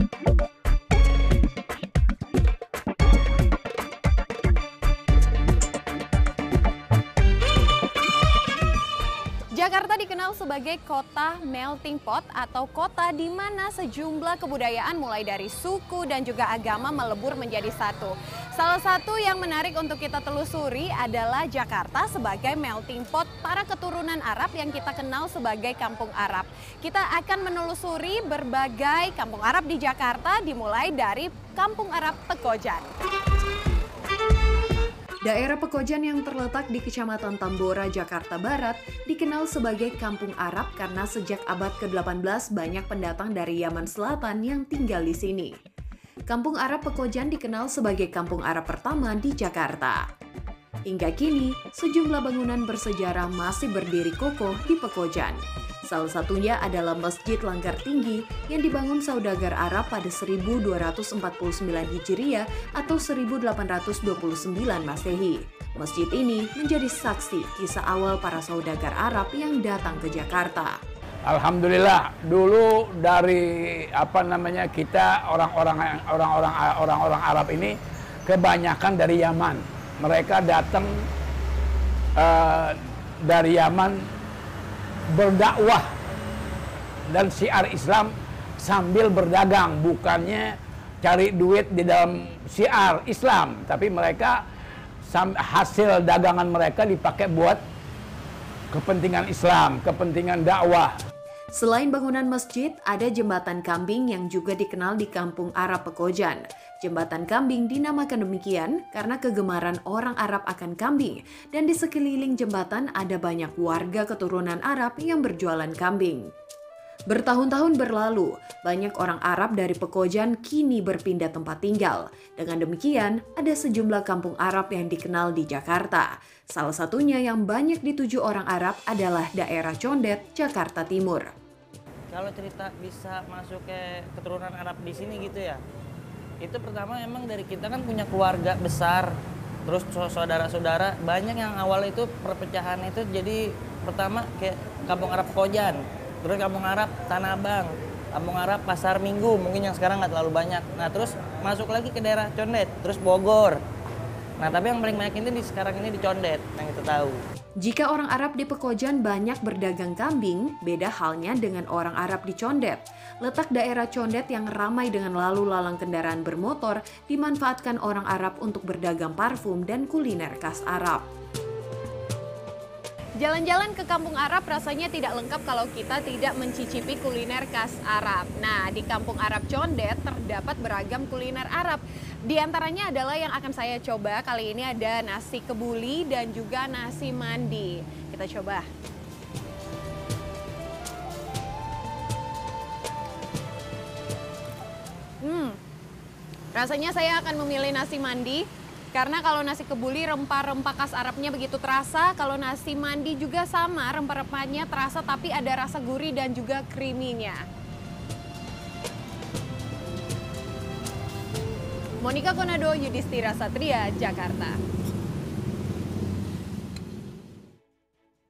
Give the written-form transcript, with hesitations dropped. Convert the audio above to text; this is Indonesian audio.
Jakarta dikenal sebagai kota melting pot atau kota di mana sejumlah kebudayaan mulai dari suku dan juga agama melebur menjadi satu. Salah satu yang menarik untuk kita telusuri adalah Jakarta sebagai melting pot para keturunan Arab yang kita kenal sebagai Kampung Arab. Kita akan menelusuri berbagai kampung Arab di Jakarta dimulai dari Kampung Arab Pekojan. Daerah Pekojan yang terletak di Kecamatan Tambora, Jakarta Barat dikenal sebagai Kampung Arab karena sejak abad ke-18 banyak pendatang dari Yaman Selatan yang tinggal di sini. Kampung Arab Pekojan dikenal sebagai Kampung Arab pertama di Jakarta. Hingga kini, sejumlah bangunan bersejarah masih berdiri kokoh di Pekojan. Salah satunya adalah Masjid Langgar Tinggi yang dibangun saudagar Arab pada 1249 Hijriah atau 1829 Masehi. Masjid ini menjadi saksi kisah awal para saudagar Arab yang datang ke Jakarta. Alhamdulillah, dulu dari kita orang-orang Arab ini kebanyakan dari Yaman. Mereka datang dari Yaman berdakwah dan syiar Islam sambil berdagang, bukannya cari duit di dalam syiar Islam, tapi mereka hasil dagangan mereka dipakai buat kepentingan Islam, kepentingan dakwah. Selain bangunan masjid, ada jembatan kambing yang juga dikenal di Kampung Arab Pekojan. Jembatan kambing dinamakan demikian karena kegemaran orang Arab akan kambing, dan di sekeliling jembatan ada banyak warga keturunan Arab yang berjualan kambing. Bertahun-tahun berlalu, banyak orang Arab dari Pekojan kini berpindah tempat tinggal. Dengan demikian, ada sejumlah kampung Arab yang dikenal di Jakarta. Salah satunya yang banyak dituju orang Arab adalah daerah Condet, Jakarta Timur. Kalau cerita bisa masuk ke keturunan Arab di sini gitu ya, itu pertama emang dari kita kan punya keluarga besar, terus saudara-saudara banyak yang awal itu perpecahan itu jadi pertama ke Kampung Arab Pekojan, terus Kampung Arab Tanah Abang, Kampung Arab Pasar Minggu mungkin yang sekarang nggak terlalu banyak. Nah terus masuk lagi ke daerah Condet, terus Bogor. Nah tapi yang paling banyak ini sekarang ini di Condet yang kita tahu. Jika orang Arab di Pekojan banyak berdagang kambing, beda halnya dengan orang Arab di Condet. Letak daerah Condet yang ramai dengan lalu lalang kendaraan bermotor dimanfaatkan orang Arab untuk berdagang parfum dan kuliner khas Arab. Jalan-jalan ke Kampung Arab rasanya tidak lengkap kalau kita tidak mencicipi kuliner khas Arab. Nah, di Kampung Arab Condet terdapat beragam kuliner Arab. Di antaranya adalah yang akan saya coba kali ini ada nasi kebuli dan juga nasi mandi. Kita coba. Rasanya saya akan memilih nasi mandi. Karena kalau nasi kebuli rempah-rempah khas Arabnya begitu terasa, kalau nasi mandi juga sama, rempah-rempahnya terasa tapi ada rasa gurih dan juga creamy-nya. Monica Konado, Yudhistira Satria, Jakarta.